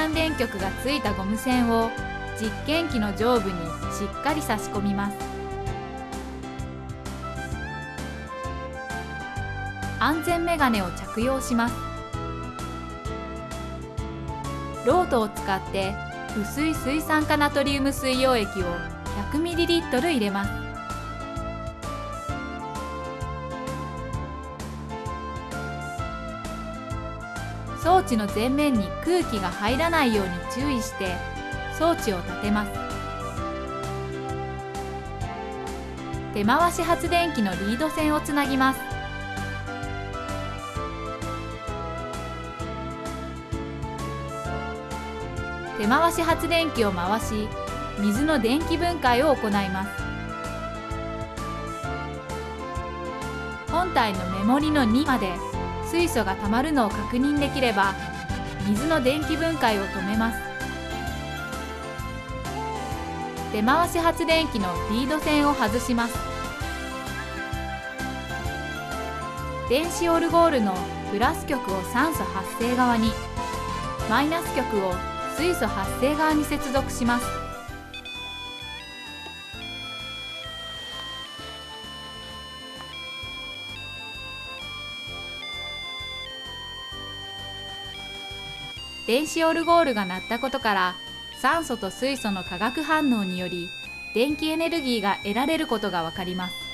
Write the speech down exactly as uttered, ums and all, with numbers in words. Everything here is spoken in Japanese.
分電極がついたゴム栓を実験機の上部にしっかり差し込みます。安全メガネを着用します。ロートを使って薄い水酸化ナトリウム水溶液を ひゃくミリリットル 入れます。装置の前面に空気が入らないように注意して装置を立てます。手回し発電機のリード線をつなぎます。手回し発電機を回し、水の電気分解を行います。本体のメモリのにまで水素がたまるのを確認できれば、水の電気分解を止めます。手回し発電機のリード線を外します。電子オルゴールのプラス極を酸素発生側に、マイナス極を水素発生側に接続します。電子オルゴールが鳴ったことから、酸素と水素の化学反応により電気エネルギーが得られることがわかります。